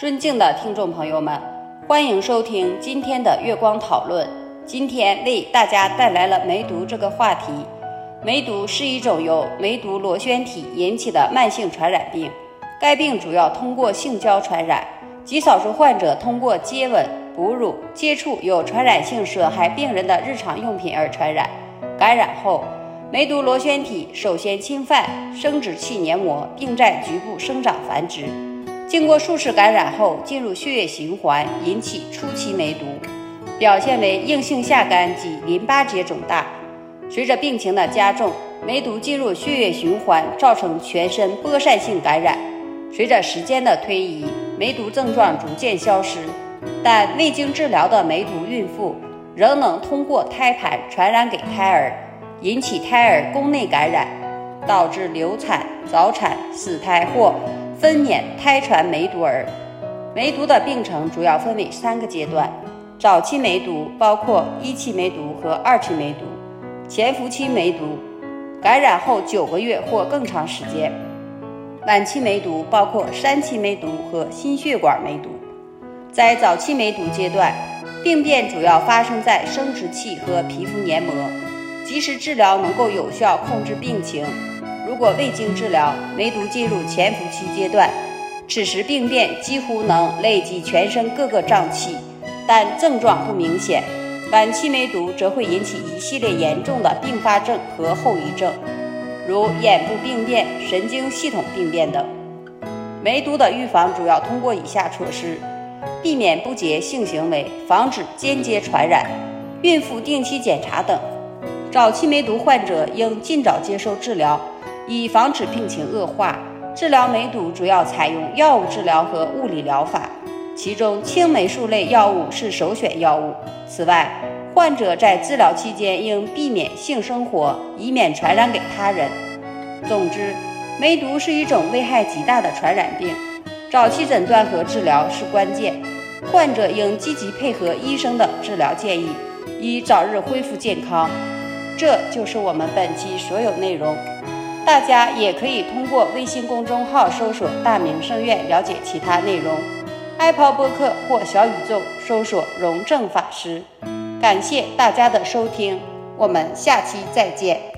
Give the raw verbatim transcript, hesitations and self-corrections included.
尊敬的听众朋友们，欢迎收听今天的月光讨论。今天为大家带来了梅毒这个话题。梅毒是一种由梅毒螺旋体引起的慢性传染病，该病主要通过性交传染，极少数患者通过接吻、哺乳、接触有传染性损害病人的日常用品而传染。感染后，梅毒螺旋体首先侵犯生殖器黏膜，并在局部生长繁殖。经过数次感染后，进入血液循环，引起初期梅毒，表现为硬性下疳及淋巴结肿大。随着病情的加重，梅毒进入血液循环，造成全身播散性感染。随着时间的推移，梅毒症状逐渐消失，但未经治疗的梅毒孕妇仍能通过胎盘传染给胎儿，引起胎儿宫内感染，导致流产、早产、死胎或分娩胎传梅毒儿。梅毒的病程主要分为三个阶段：早期梅毒包括一期梅毒和二期梅毒，潜伏期梅毒感染后九个月或更长时间，晚期梅毒包括三期梅毒和心血管梅毒。在早期梅毒阶段，病变主要发生在生殖器和皮肤黏膜，及时治疗能够有效控制病情。如果未经治疗，梅毒进入潜伏期阶段，此时病变几乎能累及全身各个脏器，但症状不明显。晚期梅毒则会引起一系列严重的并发症和后遗症，如眼部病变、神经系统病变等。梅毒的预防主要通过以下措施：避免不洁性行为，防止间接传染，孕妇定期检查等。早期梅毒患者应尽早接受治疗，以防止病情恶化。治疗梅毒主要采用药物治疗和物理疗法，其中青霉素类药物是首选药物。此外，患者在治疗期间应避免性生活，以免传染给他人。总之，梅毒是一种危害极大的传染病，早期诊断和治疗是关键。患者应积极配合医生的治疗建议，以早日恢复健康。这就是我们本期所有内容。大家也可以通过微信公众号搜索大明圣院了解其他内容， Apple 播客或小宇宙搜索荣正法师。感谢大家的收听，我们下期再见。